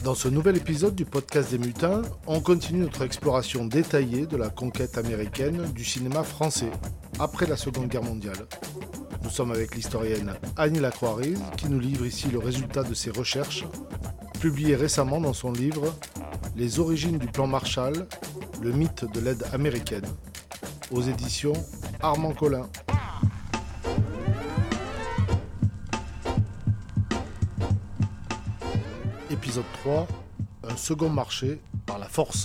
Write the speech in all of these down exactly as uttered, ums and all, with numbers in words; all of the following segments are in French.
Dans ce nouvel épisode du podcast des Mutins, on continue notre exploration détaillée de la conquête américaine du cinéma français après la Seconde Guerre mondiale. Nous sommes avec l'historienne Annie Lacroix-Riz qui nous livre ici le résultat de ses recherches, publiées récemment dans son livre « Les origines du plan Marshall, le mythe de l'aide américaine » aux éditions Armand Collin. Épisode trois, un second marché par la force.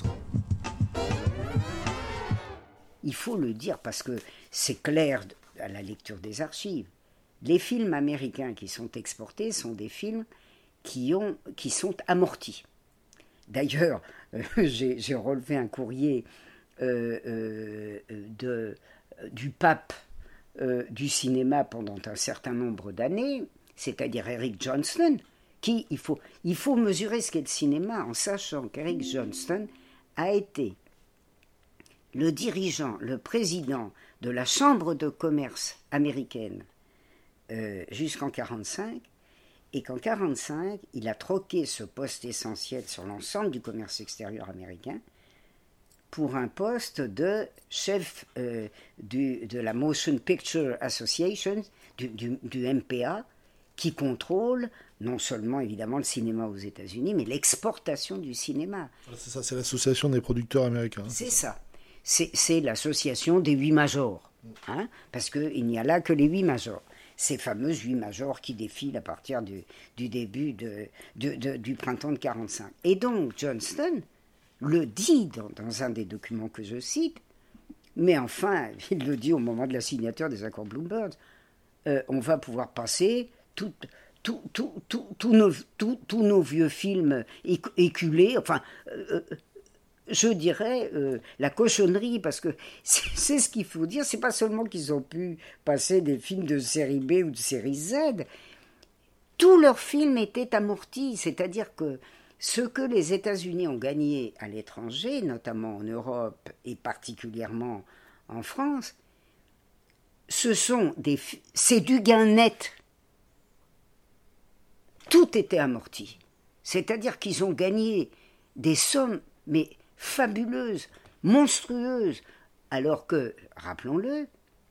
Il faut le dire parce que c'est clair à la lecture des archives. Les films américains qui sont exportés sont des films qui, ont, qui sont amortis. D'ailleurs, euh, j'ai, j'ai relevé un courrier euh, euh, de, du pape euh, du cinéma pendant un certain nombre d'années, c'est-à-dire Eric Johnston, qui, il faut, il faut mesurer ce qu'est le cinéma en sachant qu'Eric Johnston a été le dirigeant, le président de la Chambre de commerce américaine euh, jusqu'en mille neuf cent quarante-cinq, et qu'en mille neuf cent quarante-cinq, il a troqué ce poste essentiel sur l'ensemble du commerce extérieur américain pour un poste de chef euh, du, de la Motion Picture Association, du, du, du M P A, qui contrôle non seulement évidemment le cinéma aux États-Unis, mais l'exportation du cinéma. C'est ça, c'est l'association des producteurs américains. Hein, c'est ça. C'est, c'est l'association des huit majors, hein, parce qu'il n'y a là que les huit majors. Ces fameuses huit majors qui défilent à partir du, du début de, de, de, du printemps de quarante-cinq. Et donc Johnston le dit dans, dans un des documents que je cite, mais enfin, il le dit au moment de la signature des accords Bloomberg, euh, on va pouvoir passer tout, tout, tout, tout, tout nos, tout, tous nos vieux films éculés, enfin, euh, je dirais euh, la cochonnerie, parce que c'est, c'est ce qu'il faut dire, c'est pas seulement qu'ils ont pu passer des films de série B ou de série Z, tous leurs films étaient amortis, c'est-à-dire que ce que les États-Unis ont gagné à l'étranger, notamment en Europe et particulièrement en France, ce sont des, c'est du gain net. Tout était amorti. C'est-à-dire qu'ils ont gagné des sommes, mais fabuleuses, monstrueuses, alors que, rappelons-le,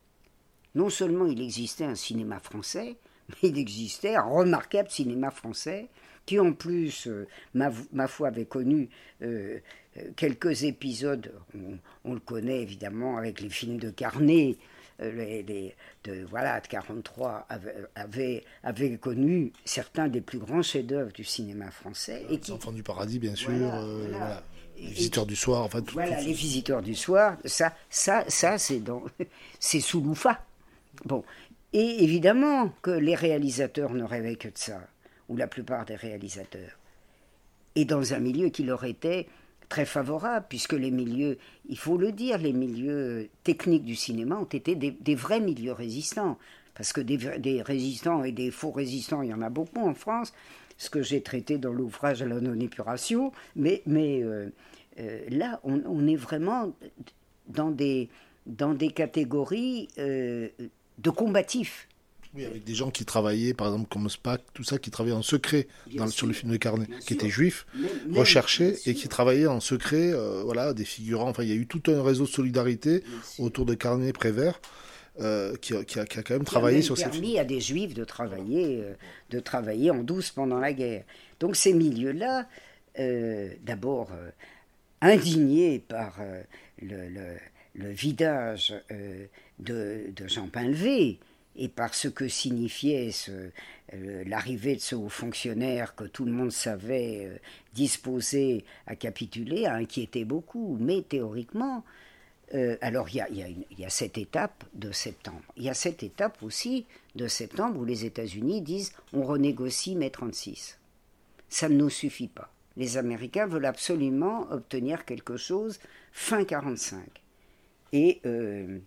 non seulement il existait un cinéma français, mais il existait un remarquable cinéma français qui, en plus, euh, ma, ma foi, avait connu euh, quelques épisodes, on, on le connaît évidemment avec les films de Carnet, Les, les, de, voilà, de quarante-trois avait, avait, avait connu certains des plus grands chefs-d'œuvre du cinéma français. Euh, et qui, Enfants du paradis, bien sûr, voilà, euh, voilà. Voilà. Les visiteurs et, du soir, enfin tout. Voilà, tout, les visiteurs du soir, ça, ça, ça c'est, dans, c'est sous l'Oufa. Bon. Et évidemment que les réalisateurs ne rêvaient que de ça, ou la plupart des réalisateurs. Et dans un milieu qui leur était très favorable, puisque les milieux, il faut le dire, les milieux techniques du cinéma ont été des, des vrais milieux résistants, parce que des, des résistants et des faux résistants, il y en a beaucoup en France, ce que j'ai traité dans l'ouvrage à la non-épuration, mais, mais euh, euh, là, on, on est vraiment dans des, dans des catégories euh, de combatifs. Oui, avec des gens qui travaillaient, par exemple, comme Spack, tout ça, qui travaillaient en secret dans, sur le film de Carnet, qui étaient juifs, mais, recherchés, et qui travaillaient en secret, euh, voilà, des figurants. Enfin, il y a eu tout un réseau de solidarité autour de Carnet Prévert, euh, qui, qui, a, qui a quand même qui travaillé sur ces films. Qui a permis à des juifs de travailler, euh, de travailler en douce pendant la guerre. Donc ces milieux-là, euh, d'abord euh, indignés par euh, le, le, le vidage euh, de, de Jean Painlevé, et par ce que signifiait ce, euh, l'arrivée de ce haut fonctionnaire que tout le monde savait euh, disposé à capituler, a inquiété beaucoup. Mais théoriquement, euh, alors il y a, y, a y a cette étape de septembre. Il y a cette étape aussi de septembre où les États-Unis disent on renégocie mai trente-six. Ça ne nous suffit pas. Les Américains veulent absolument obtenir quelque chose fin quarante-cinq. Et euh,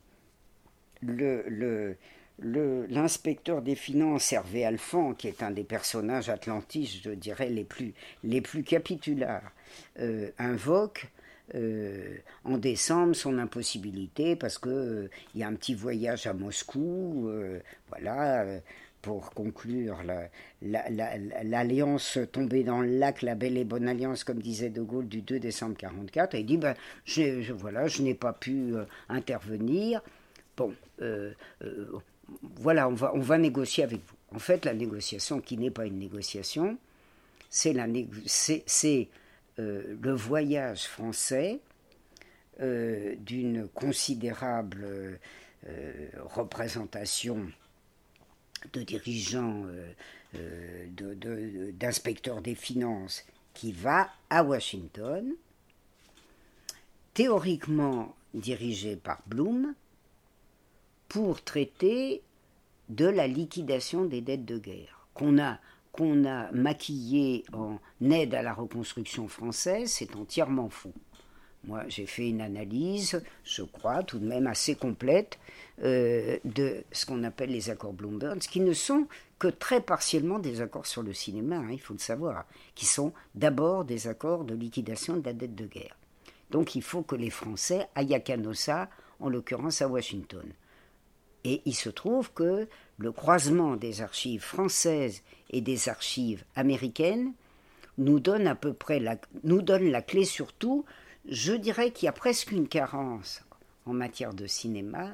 le... le Le, l'inspecteur des finances, Hervé Alphand, qui est un des personnages atlantistes, je dirais, les plus, les plus capitulaires, euh, invoque euh, en décembre son impossibilité parce qu'il euh, y a un petit voyage à Moscou, euh, voilà, euh, pour conclure la, la, la, l'alliance tombée dans le lac, la belle et bonne alliance, comme disait De Gaulle, du deux décembre quarante-quatre, et il dit, ben, je, je, voilà, je n'ai pas pu euh, intervenir. Bon, euh, euh, voilà, on va, on va négocier avec vous. En fait, la négociation, qui n'est pas une négociation, c'est, la, c'est, c'est euh, le voyage français euh, d'une considérable euh, représentation de dirigeants, euh, euh, de, de, d'inspecteurs des finances, qui va à Washington, théoriquement dirigé par Blum, pour traiter de la liquidation des dettes de guerre, qu'on a, qu'on a maquillé en aide à la reconstruction française. C'est entièrement faux. Moi, j'ai fait une analyse, je crois, tout de même assez complète, euh, de ce qu'on appelle les accords Bloom-Burns, qui ne sont que très partiellement des accords sur le cinéma, hein, il faut le savoir, qui sont d'abord des accords de liquidation de la dette de guerre. Donc il faut que les Français aillent à Canossa, en l'occurrence à Washington. Et il se trouve que le croisement des archives françaises et des archives américaines nous donne à peu près la, nous donne la clé sur tout. Je dirais qu'il y a presque une carence en matière de cinéma,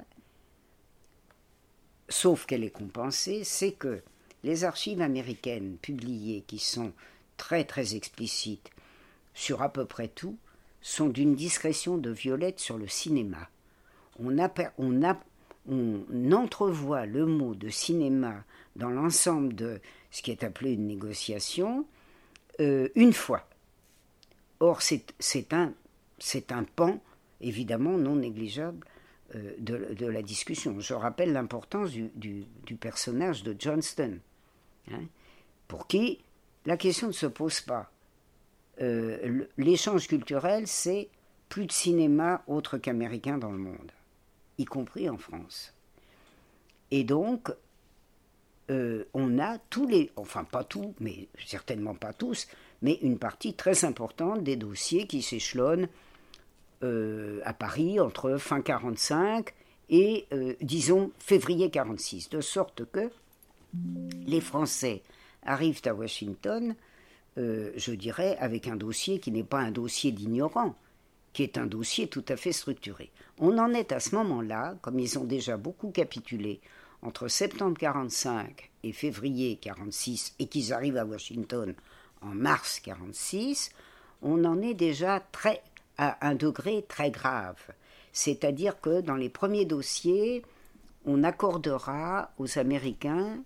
sauf qu'elle est compensée, c'est que les archives américaines publiées, qui sont très très explicites sur à peu près tout, sont d'une discrétion de violette sur le cinéma. On, a, on, a, on entrevoit le mot de cinéma dans l'ensemble de ce qui est appelé une négociation euh, une fois. Or, c'est, c'est un C'est un pan, évidemment, non négligeable euh, de, de la discussion. Je rappelle l'importance du, du, du personnage de Johnston, hein, pour qui la question ne se pose pas. Euh, l'échange culturel, c'est plus de cinéma autre qu'américain dans le monde, y compris en France. Et donc, euh, on a tous les, enfin pas tous, mais certainement pas tous, mais une partie très importante des dossiers qui s'échelonnent Euh, à Paris entre fin quarante-cinq et, euh, disons, février quarante-six, de sorte que les Français arrivent à Washington, euh, je dirais, avec un dossier qui n'est pas un dossier d'ignorant, qui est un dossier tout à fait structuré. On en est à ce moment-là, comme ils ont déjà beaucoup capitulé entre septembre quarante-cinq et février quarante-six, et qu'ils arrivent à Washington en mars quarante-six, on en est déjà très à un degré très grave. C'est-à-dire que dans les premiers dossiers, on accordera aux Américains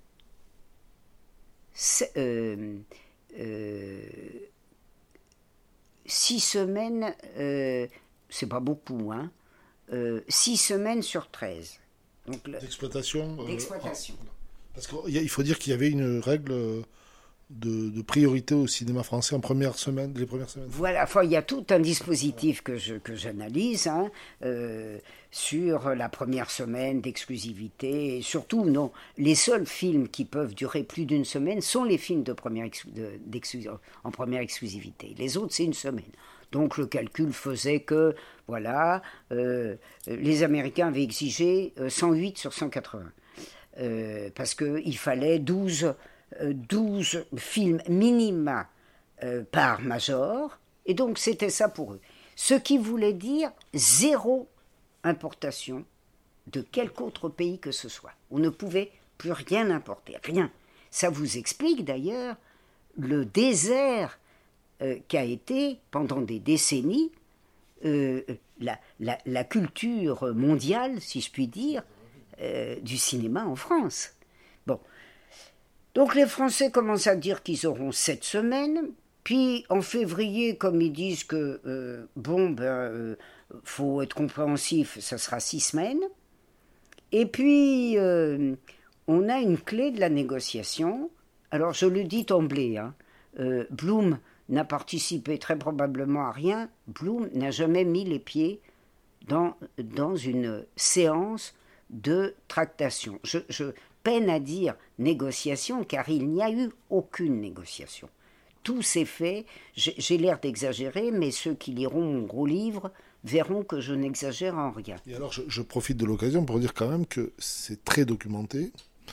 euh, euh, six semaines, euh, c'est pas beaucoup, hein, euh, six semaines sur treize. Donc, d'exploitation. Euh, d'exploitation. Parce qu'il faut dire qu'il y avait une règle De, de priorité au cinéma français en première semaine, les premières semaines. Voilà, enfin, il y a tout un dispositif que, je, que j'analyse hein, euh, sur la première semaine d'exclusivité. Et surtout, non, les seuls films qui peuvent durer plus d'une semaine sont les films de première ex, de, en première exclusivité. Les autres, c'est une semaine. Donc le calcul faisait que, voilà, euh, les Américains avaient exigé cent huit sur cent quatre-vingts. Euh, parce qu'il fallait douze... douze films minima euh, par major, et donc c'était ça pour eux. Ce qui voulait dire zéro importation de quelque autre pays que ce soit. On ne pouvait plus rien importer, rien. Ça vous explique d'ailleurs le désert euh, qu'a été pendant des décennies euh, la, la, la culture mondiale, si je puis dire, euh, du cinéma en France. Bon. Donc les Français commencent à dire qu'ils auront sept semaines, puis en février, comme ils disent que, euh, bon, ben, euh, faut être compréhensif, ça sera six semaines, et puis euh, on a une clé de la négociation. Alors je le dis d'emblée, hein, euh, Blum n'a participé très probablement à rien, Blum n'a jamais mis les pieds dans, dans une séance de tractation. Je... je peine à dire négociation, car il n'y a eu aucune négociation. Tout s'est fait, j'ai, j'ai l'air d'exagérer, mais ceux qui liront mon gros livre verront que je n'exagère en rien. Et alors, je, je profite de l'occasion pour dire quand même que c'est très documenté,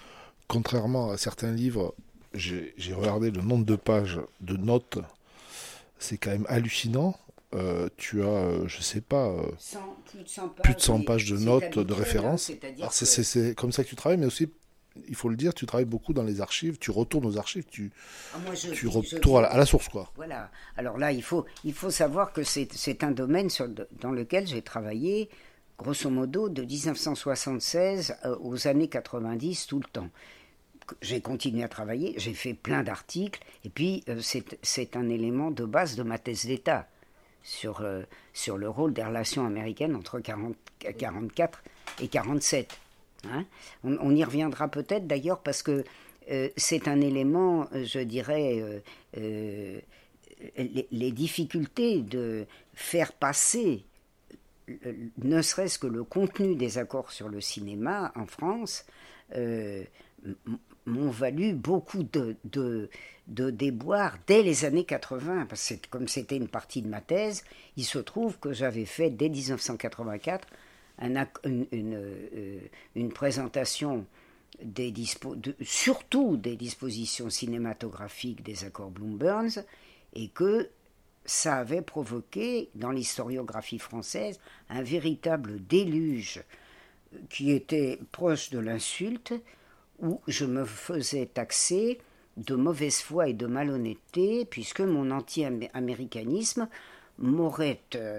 contrairement à certains livres, j'ai, j'ai regardé le nombre de pages de notes, c'est quand même hallucinant. Euh, tu as, euh, je sais pas, euh, cent, plus de cent pages, plus de cent pages de c'est notes, habituel, de références. hein, c'est-à-dire Alors c'est, que... c'est, c'est comme ça que tu travailles, mais aussi, il faut le dire, tu travailles beaucoup dans les archives, tu retournes aux archives, tu, Ah, moi, je, tu je retournes à la, à la source, quoi. Voilà. Alors là, il faut, il faut savoir que c'est, c'est un domaine sur, dans lequel j'ai travaillé, grosso modo, de dix-neuf cent soixante-seize aux années quatre-vingt-dix, tout le temps. J'ai continué à travailler, j'ai fait plein d'articles, et puis euh, c'est, c'est un élément de base de ma thèse d'État sur, euh, sur le rôle des relations américaines entre quarante, quarante-quatre et quarante-sept. Hein, on, on y reviendra peut-être d'ailleurs parce que euh, c'est un élément, je dirais, euh, euh, les, les difficultés de faire passer euh, ne serait-ce que le contenu des accords sur le cinéma en France euh, m'ont valu beaucoup de, de, de déboires dès les années quatre-vingts, parce que comme c'était une partie de ma thèse, il se trouve que j'avais fait dès dix-neuf cent quatre-vingt-quatre un, une, une, euh, une présentation des dispo, de, surtout des dispositions cinématographiques des accords Bloom-Burns, et que ça avait provoqué dans l'historiographie française un véritable déluge qui était proche de l'insulte, où je me faisais taxer de mauvaise foi et de malhonnêteté, puisque mon anti-américanisme m'aurait euh,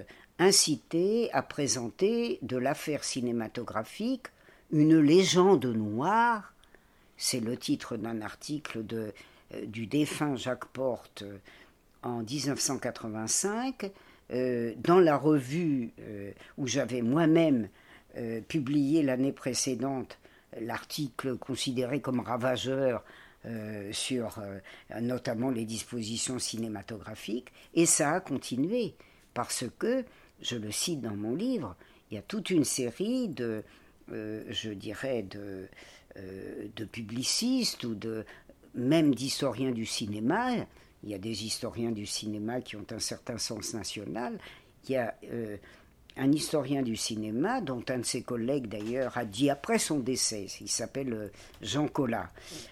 incité à présenter de l'affaire cinématographique une légende noire. C'est le titre d'un article de, euh, du défunt Jacques Porte euh, en dix-neuf cent quatre-vingt-cinq, euh, dans la revue euh, où j'avais moi-même euh, publié l'année précédente l'article considéré comme ravageur euh, sur euh, notamment les dispositions cinématographiques, et ça a continué, parce que, je le cite dans mon livre, il y a toute une série de, euh, je dirais, de, euh, de publicistes ou de, même d'historiens du cinéma. Il y a des historiens du cinéma qui ont un certain sens national. Il y a euh, un historien du cinéma, dont un de ses collègues d'ailleurs a dit après son décès, il s'appelle Jean Collat,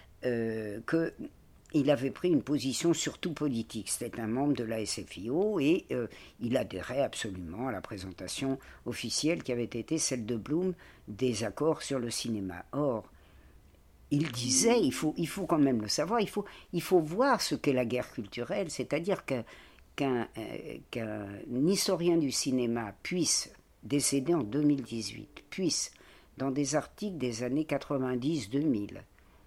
euh, qu'il avait pris une position surtout politique. C'était un membre de la S F I O et euh, il adhérait absolument à la présentation officielle qui avait été celle de Bloom des accords sur le cinéma. Or, il disait, il faut, il faut quand même le savoir, il faut, il faut voir ce qu'est la guerre culturelle, c'est-à-dire que Qu'un, euh, qu'un historien du cinéma puisse, décédé en deux mille dix-huit, puisse, dans des articles des années quatre-vingt-dix deux mille,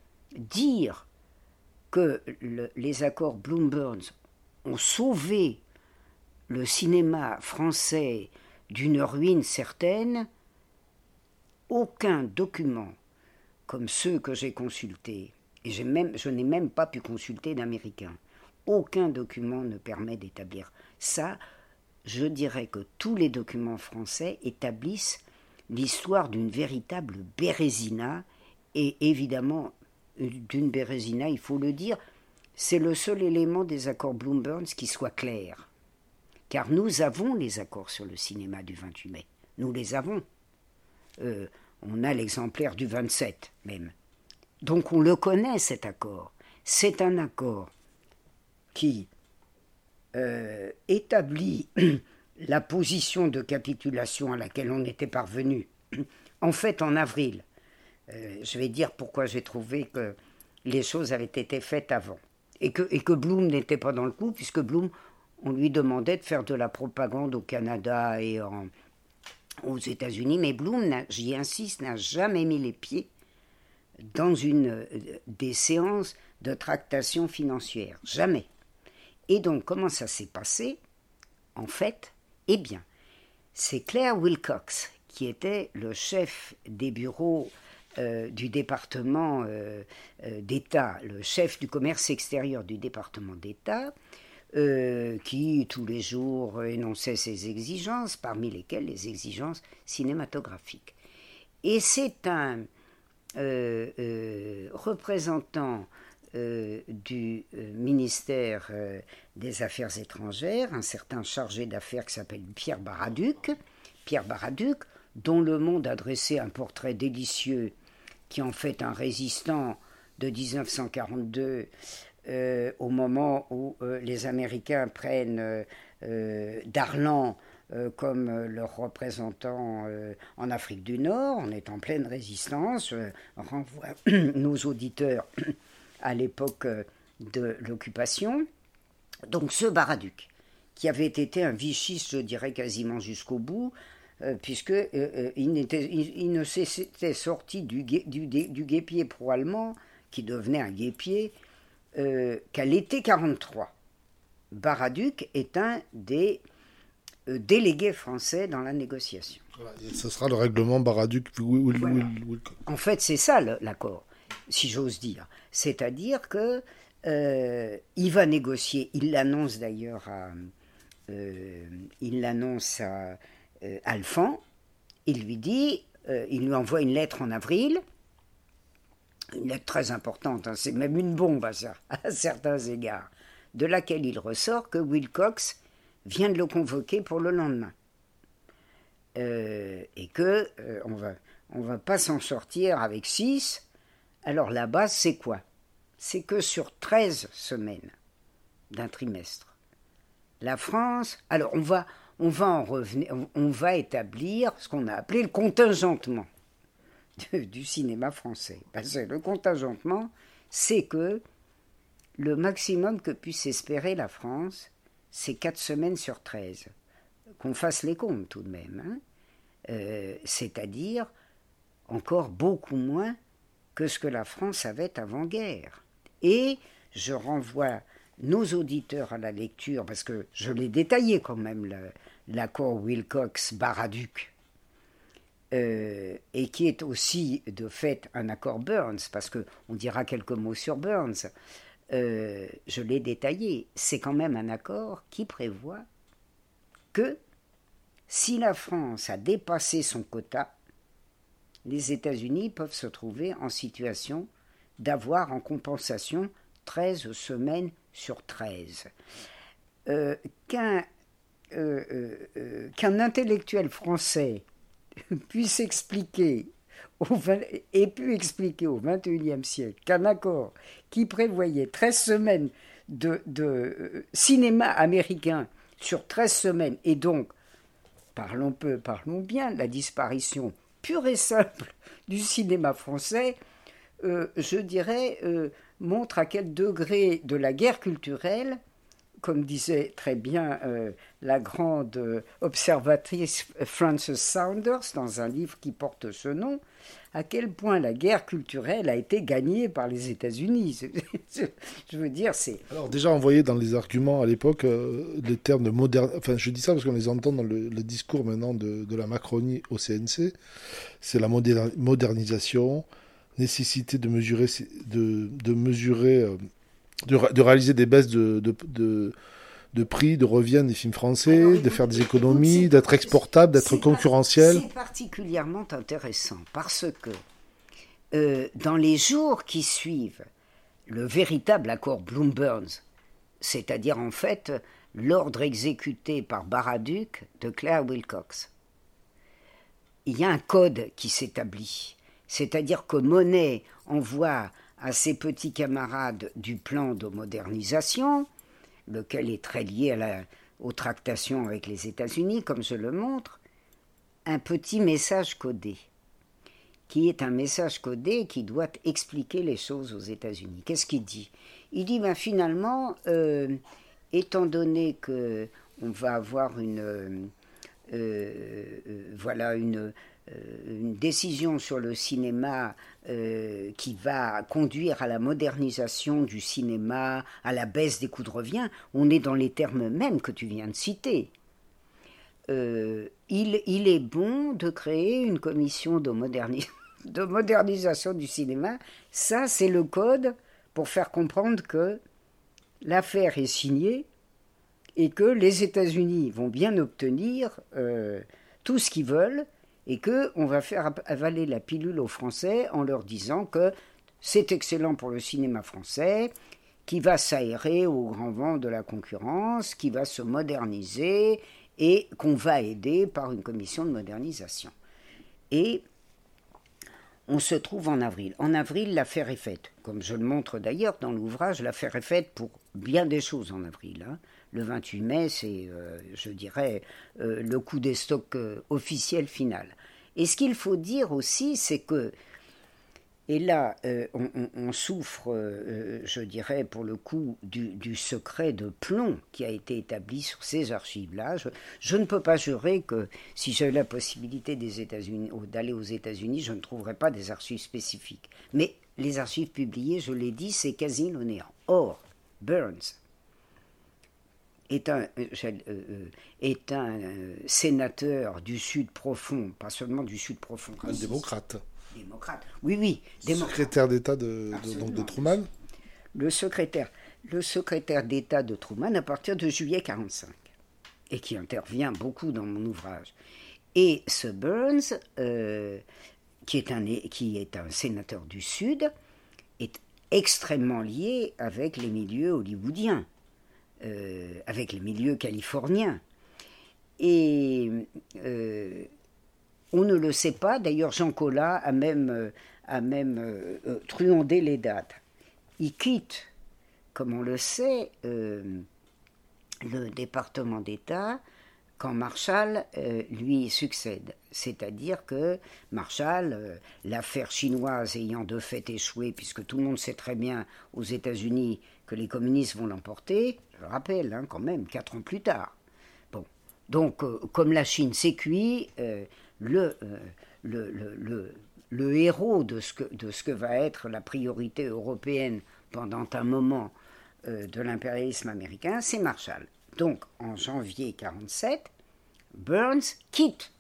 dire que le, les accords Bloom-Burns ont sauvé le cinéma français d'une ruine certaine, aucun document comme ceux que j'ai consultés, et j'ai même, je n'ai même pas pu consulter d'américains, aucun document ne permet d'établir ça. Je dirais que tous les documents français établissent l'histoire d'une véritable bérésina, et évidemment, d'une bérésina, il faut le dire, c'est le seul élément des accords Bloom-Burns qui soit clair. Car nous avons les accords sur le cinéma du vingt-huit mai. Nous les avons. Euh, on a l'exemplaire du vingt-sept même. Donc on le connaît, cet accord. C'est un accord qui euh, établit la position de capitulation à laquelle on était parvenu, en fait en avril. Euh, je vais dire pourquoi j'ai trouvé que les choses avaient été faites avant. Et que, et que Bloom n'était pas dans le coup, puisque Bloom, on lui demandait de faire de la propagande au Canada et en, aux États-Unis, mais Bloom, j'y insiste, n'a jamais mis les pieds dans une euh, des séances de tractation financière. Jamais. Et donc, comment ça s'est passé, en fait? Eh bien, c'est Claire Wilcox, qui était le chef des bureaux euh, du département euh, euh, d'État, le chef du commerce extérieur du département d'État, euh, qui, tous les jours, énonçait ses exigences, parmi lesquelles les exigences cinématographiques. Et c'est un euh, euh, représentant Euh, du euh, ministère euh, des Affaires étrangères, un certain chargé d'affaires qui s'appelle Pierre Baraduc, Pierre Baraduc, dont Le Monde a dressé un portrait délicieux, qui en fait un résistant de dix-neuf cent quarante-deux, euh, au moment où euh, les Américains prennent euh, euh, Darlan euh, comme euh, leur représentant euh, en Afrique du Nord. On est en pleine résistance. Je renvoie nos auditeurs à l'époque euh, de l'occupation. Donc ce Baraduc, qui avait été un vichiste, je dirais quasiment jusqu'au bout, euh, puisque euh, euh, il, il, il ne s'était sorti du, du, du guépier pro-allemand, qui devenait un guépier, euh, qu'à l'été quarante-trois. Baraduc est un des euh, délégués français dans la négociation. Voilà, et ce sera le règlement Baraduc. Voilà. En fait, c'est ça le, l'accord, si j'ose dire. C'est-à-dire que euh, il va négocier, il l'annonce d'ailleurs à... Euh, il l'annonce à euh, Alphand, il lui dit, euh, il lui envoie une lettre en avril, une lettre très importante, hein, c'est même une bombe à, ça, à certains égards, de laquelle il ressort que Wilcox vient de le convoquer pour le lendemain. Euh, et que euh, on va, on va pas s'en sortir avec six. Alors la base, c'est quoi? C'est que sur treize semaines d'un trimestre, la France, alors on va, on va en revenir, on va établir ce qu'on a appelé le contingentement de, du cinéma français. Parce que le contingentement, c'est que le maximum que puisse espérer la France, c'est quatre semaines sur treize. Qu'on fasse les comptes tout de même. Hein. Euh, c'est-à-dire encore beaucoup moins que ce que la France avait avant-guerre. Et je renvoie nos auditeurs à la lecture, parce que je l'ai détaillé quand même, le, l'accord Wilcox-Baraduc, euh, et qui est aussi de fait un accord Burns, parce qu'on dira quelques mots sur Burns, euh, je l'ai détaillé, c'est quand même un accord qui prévoit que si la France a dépassé son quota, les États-Unis peuvent se trouver en situation d'avoir en compensation treize semaines sur treize. Euh, qu'un, euh, euh, qu'un intellectuel français puisse expliquer au vingt, ait pu expliquer au vingt et unième siècle qu'un accord qui prévoyait treize semaines de, de euh, cinéma américain sur treize semaines, et donc, parlons peu, parlons bien, la disparition pure et simple du cinéma français, euh, je dirais, euh, montre à quel degré de la guerre culturelle, comme disait très bien euh, la grande observatrice Frances Saunders dans un livre qui porte ce nom, à quel point la guerre culturelle a été gagnée par les États-Unis. Je veux dire, c'est... Alors déjà, on voyait dans les arguments à l'époque euh, les termes de moderne... Enfin, je dis ça parce qu'on les entend dans le, le discours maintenant de, de la Macronie au C N C. C'est la moder- modernisation, nécessité de mesurer... De, de mesurer euh, de, de réaliser des baisses de... de, de de prix, de revient des films français, alors, de faire des économies, écoute, d'être exportable, d'être c'est concurrentiel. C'est particulièrement intéressant parce que euh, dans les jours qui suivent le véritable accord Bloom-Burns, c'est-à-dire en fait l'ordre exécuté par Baraduc de Claire Wilcox, il y a un code qui s'établit. C'est-à-dire que Monet envoie à ses petits camarades du plan de modernisation, lequel est très lié à la, aux tractations avec les États-Unis, comme je le montre, un petit message codé, qui est un message codé qui doit expliquer les choses aux États-Unis. Qu'est-ce qu'il dit? Il dit, ben, finalement, euh, étant donné qu'on va avoir une, euh, euh, voilà, une, une décision sur le cinéma euh, qui va conduire à la modernisation du cinéma, à la baisse des coûts de revient, on est dans les termes mêmes que tu viens de citer. Euh, il, il est bon de créer une commission de, moderni- de modernisation du cinéma. Ça, c'est le code pour faire comprendre que l'affaire est signée et que les États-Unis vont bien obtenir euh, tout ce qu'ils veulent, et qu'on va faire avaler la pilule aux Français en leur disant que c'est excellent pour le cinéma français, qui va s'aérer au grand vent de la concurrence, qui va se moderniser et qu'on va aider par une commission de modernisation. Et on se trouve en avril. En avril, l'affaire est faite. Comme je le montre d'ailleurs dans l'ouvrage, l'affaire est faite pour bien des choses en avril. Hein. Le vingt-huit mai, c'est, euh, je dirais, euh, le coup des stocks euh, officiel final. Et ce qu'il faut dire aussi, c'est que, et là, euh, on, on, on souffre, euh, je dirais, pour le coup, du, du secret de plomb qui a été établi sur ces archives-là. Je, je ne peux pas jurer que si j'avais la possibilité des États-Unis, d'aller aux États-Unis, je ne trouverais pas des archives spécifiques. Mais les archives publiées, je l'ai dit, c'est quasi le néant. Or, Burns est un, euh, est un euh, sénateur du Sud profond, pas seulement du Sud profond. Un démocrate. Démocrate. Oui, oui. Démocrate. Secrétaire d'État de, de, donc de Truman. Le secrétaire, le secrétaire d'État de Truman à partir de juillet quarante-cinq, et qui intervient beaucoup dans mon ouvrage. Et ce Burns, euh, qui, est un, qui est un sénateur du Sud, est extrêmement lié avec les milieux hollywoodiens. Euh, avec les milieux californiens. Et euh, on ne le sait pas, d'ailleurs Jean Collat a même, euh, a même euh, euh, truandé les dates. Il quitte, comme on le sait, euh, le département d'État quand Marshall euh, lui succède. C'est-à-dire que Marshall, euh, l'affaire chinoise ayant de fait échoué, puisque tout le monde sait très bien aux États-Unis que les communistes vont l'emporter, je le rappelle, hein, quand même, quatre ans plus tard. Bon, donc, euh, comme la Chine s'est cuit, euh, le, euh, le, le, le, le héros de ce, que, de ce que va être la priorité européenne pendant un moment euh, de l'impérialisme américain, c'est Marshall. Donc, en janvier quarante-sept, Burns quitte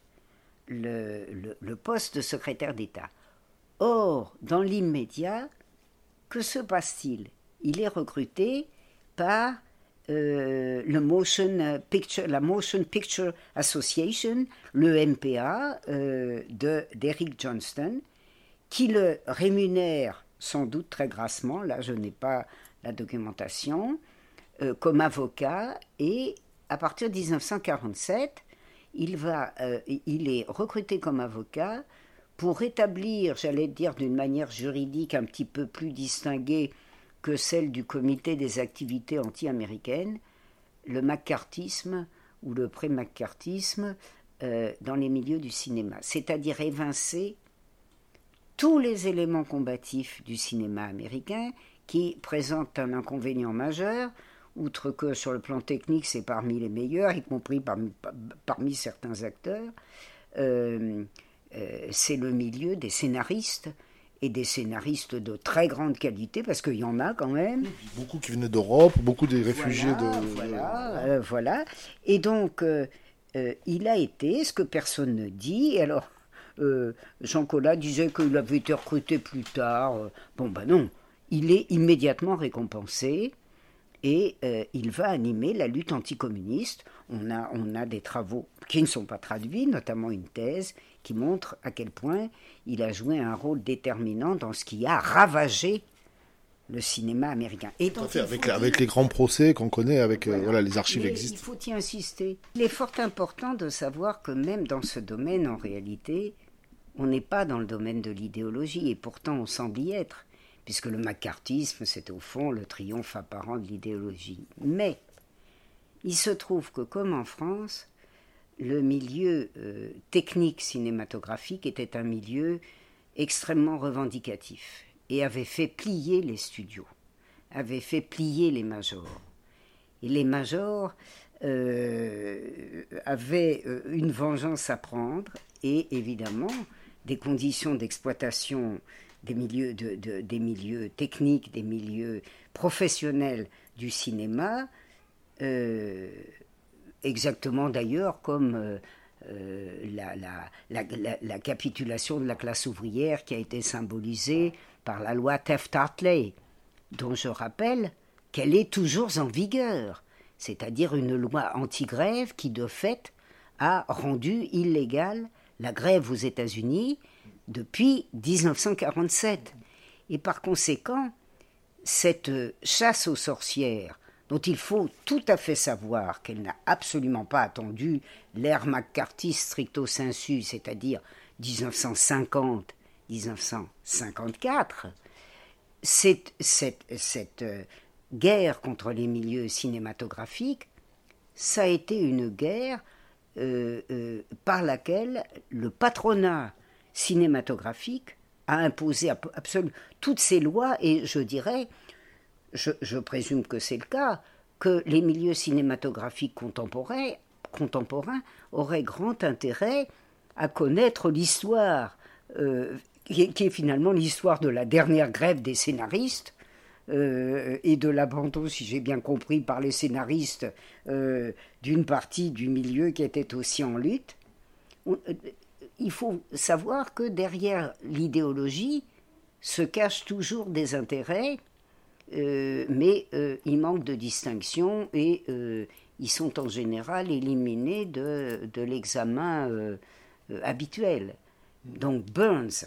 le, le, le poste de secrétaire d'État. Or, dans l'immédiat, que se passe-t-il ? Il est recruté par euh, le Motion Picture, la Motion Picture Association, le M P A, euh, de, d'Eric Johnston, qui le rémunère sans doute très grassement, là je n'ai pas la documentation, euh, comme avocat, et à partir de dix-neuf cent quarante-sept, il, va, euh, il est recruté comme avocat pour établir, j'allais dire d'une manière juridique un petit peu plus distinguée que celle du comité des activités anti-américaines, le maccarthisme ou le pré-maccarthisme euh, dans les milieux du cinéma, c'est-à-dire évincer tous les éléments combatifs du cinéma américain qui présentent un inconvénient majeur, outre que sur le plan technique c'est parmi les meilleurs, y compris parmi, parmi certains acteurs, euh, euh, c'est le milieu des scénaristes, et des scénaristes de très grande qualité, parce qu'il y en a quand même. Beaucoup qui venaient d'Europe, beaucoup des réfugiés voilà, de... Voilà, euh, voilà. Et donc, euh, euh, il a été, ce que personne ne dit, et alors, euh, Jean Collat disait qu'il avait été recruté plus tard. Euh, bon, ben non, il est immédiatement récompensé, et euh, il va animer la lutte anticommuniste. On a, on a des travaux qui ne sont pas traduits, notamment une thèse qui montre à quel point il a joué un rôle déterminant dans ce qui a ravagé le cinéma américain. Et donc, fait, avec, avec les grands procès qu'on connaît, avec voilà, euh, voilà, les archives mais existent. Il faut y insister. Il est fort important de savoir que même dans ce domaine, en réalité, on n'est pas dans le domaine de l'idéologie, et pourtant on semble y être, puisque le maccarthisme, c'est au fond le triomphe apparent de l'idéologie. Mais il se trouve que, comme en France, le milieu euh, technique cinématographique était un milieu extrêmement revendicatif et avait fait plier les studios, avait fait plier les majors. Et les majors euh, avaient euh, une vengeance à prendre et évidemment des conditions d'exploitation des milieux, de, de, des milieux techniques, des milieux professionnels du cinéma, euh, exactement d'ailleurs comme euh, euh, la, la, la, la, la capitulation de la classe ouvrière qui a été symbolisée par la loi Taft-Hartley, dont je rappelle qu'elle est toujours en vigueur, c'est-à-dire une loi anti-grève qui de fait a rendu illégale la grève aux États-Unis depuis dix-neuf cent quarante-sept. Et par conséquent, cette chasse aux sorcières, dont il faut tout à fait savoir qu'elle n'a absolument pas attendu l'ère McCarthy stricto sensu, c'est-à-dire dix-neuf cent cinquante dix-neuf cent cinquante-quatre, cette, cette, cette euh, guerre contre les milieux cinématographiques, ça a été une guerre euh, euh, par laquelle le patronat cinématographique a imposé absolument toutes ces lois, et je dirais, je, je présume que c'est le cas, que les milieux cinématographiques contemporains, contemporains auraient grand intérêt à connaître l'histoire, euh, qui, est, qui est finalement l'histoire de la dernière grève des scénaristes, euh, et de l'abandon, si j'ai bien compris, par les scénaristes euh, d'une partie du milieu qui était aussi en lutte. On, euh, il faut savoir que derrière l'idéologie se cachent toujours des intérêts, euh, mais euh, il manque de distinction et euh, ils sont en général éliminés de, de l'examen euh, euh, habituel. Donc Burns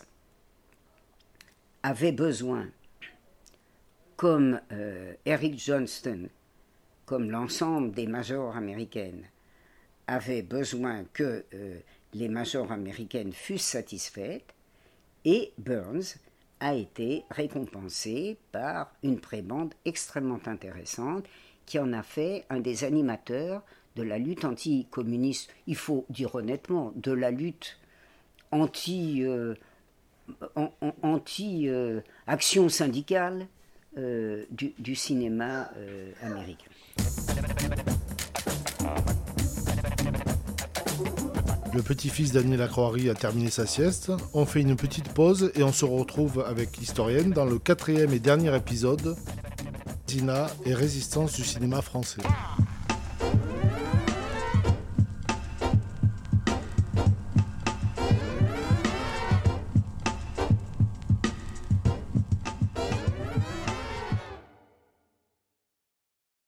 avait besoin, comme euh, Eric Johnston, comme l'ensemble des majors américaines, avait besoin que euh, les majors américaines fussent satisfaites, et Burns a été récompensé par une prébande extrêmement intéressante qui en a fait un des animateurs de la lutte anticommuniste, il faut dire honnêtement, de la lutte anti, euh, an, an, anti euh, action syndicale euh, du, du cinéma euh, américain. Le petit-fils d'Annie Lacroix a terminé sa sieste. On fait une petite pause et on se retrouve avec l'historienne dans le quatrième et dernier épisode, Zina et résistance du cinéma français.